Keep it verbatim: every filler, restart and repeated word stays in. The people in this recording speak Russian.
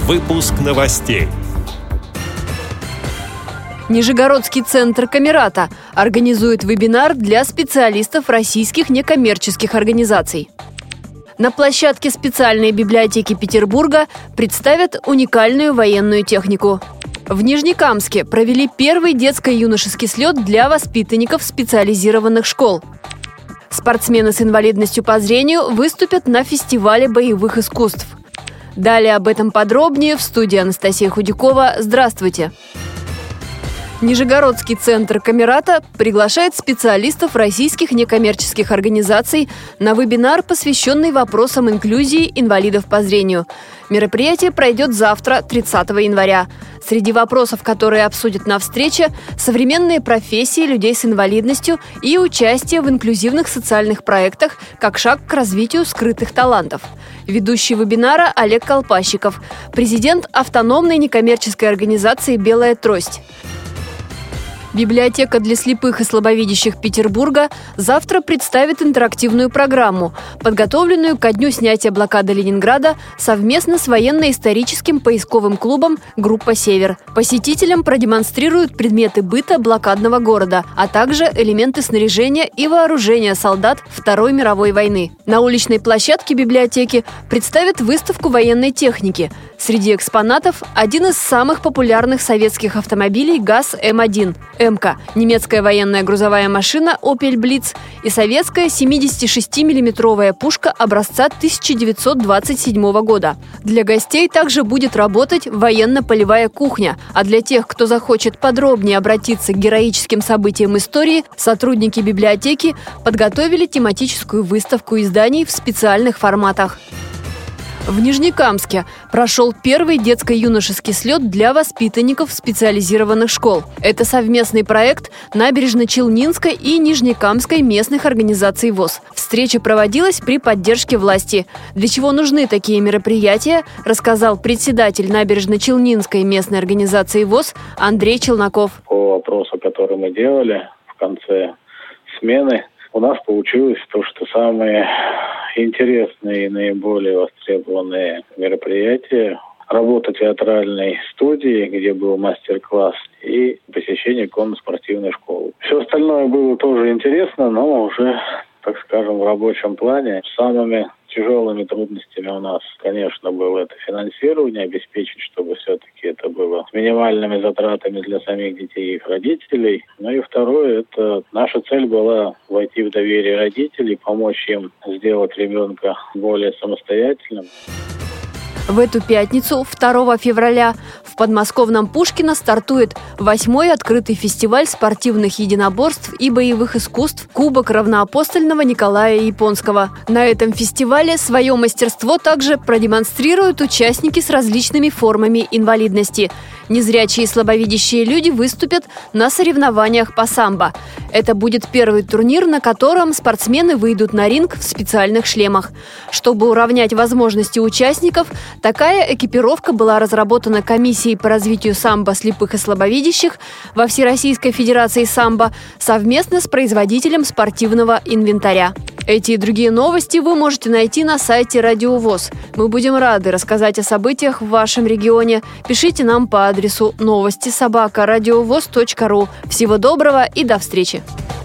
Выпуск новостей. Нижегородский центр Камерата организует вебинар для специалистов российских некоммерческих организаций. На площадке специальной библиотеки Петербурга представят уникальную военную технику. В Нижнекамске провели первый детско-юношеский слет для воспитанников специализированных школ. Спортсмены с инвалидностью по зрению выступят на фестивале боевых искусств. Далее об этом подробнее в студии Анастасия Худякова. Здравствуйте! Нижегородский центр Камерата приглашает специалистов российских некоммерческих организаций на вебинар, посвященный вопросам инклюзии инвалидов по зрению. Мероприятие пройдет завтра, тридцатого января. Среди вопросов, которые обсудят на встрече, современные профессии людей с инвалидностью и участие в инклюзивных социальных проектах как шаг к развитию скрытых талантов. Ведущий вебинара Олег Колпащиков, президент автономной некоммерческой организации «Белая трость». Библиотека для слепых и слабовидящих Петербурга завтра представит интерактивную программу, подготовленную ко дню снятия блокады Ленинграда совместно с военно-историческим поисковым клубом «Группа Север». Посетителям продемонстрируют предметы быта блокадного города, а также элементы снаряжения и вооружения солдат Второй мировой войны. На уличной площадке библиотеки представят выставку военной техники. Среди экспонатов один из самых популярных советских автомобилей ГАЗ Эм один. МК, немецкая военная грузовая машина «Опель Блиц» и советская семидесятишестимиллиметровая пушка образца тысяча девятьсот двадцать седьмого года. Для гостей также будет работать военно-полевая кухня, а для тех, кто захочет подробнее обратиться к героическим событиям истории, сотрудники библиотеки подготовили тематическую выставку изданий в специальных форматах. В Нижнекамске прошел первый детско-юношеский слет для воспитанников специализированных школ. Это совместный проект Набережно-Челнинской и Нижнекамской местных организаций ВОС. Встреча проводилась при поддержке власти. Для чего нужны такие мероприятия, рассказал председатель Набережно-Челнинской местной организации ВОС Андрей Челноков. По вопросу, который мы делали в конце смены, у нас получилось то, что самые интересные и наиболее востребованные мероприятия. Работа театральной студии, где был мастер-класс, и посещение конно-спортивной школы. Все остальное было тоже интересно, но уже, так скажем, в рабочем плане. Самыми тяжелыми трудностями у нас, конечно, было это финансирование, обеспечить, чтобы все-таки это было с минимальными затратами для самих детей и их родителей. Ну и второе, это наша цель была войти в доверие родителей, помочь им сделать ребенка более самостоятельным. В эту пятницу, второго февраля, в подмосковном Пушкино стартует восьмой открытый фестиваль спортивных единоборств и боевых искусств «Кубок равноапостольного Николая Японского». На этом фестивале свое мастерство также продемонстрируют участники с различными формами инвалидности. Незрячие и слабовидящие люди выступят на соревнованиях по самбо. Это будет первый турнир, на котором спортсмены выйдут на ринг в специальных шлемах. Чтобы уравнять возможности участников, такая экипировка была разработана комиссией по развитию самбо слепых и слабовидящих во Всероссийской Федерации самбо совместно с производителем спортивного инвентаря. Эти и другие новости вы можете найти на сайте Радио ВОС. Мы будем рады рассказать о событиях в вашем регионе. Пишите нам по адресу новости собака радиовоз точка ру. Всего доброго и до встречи!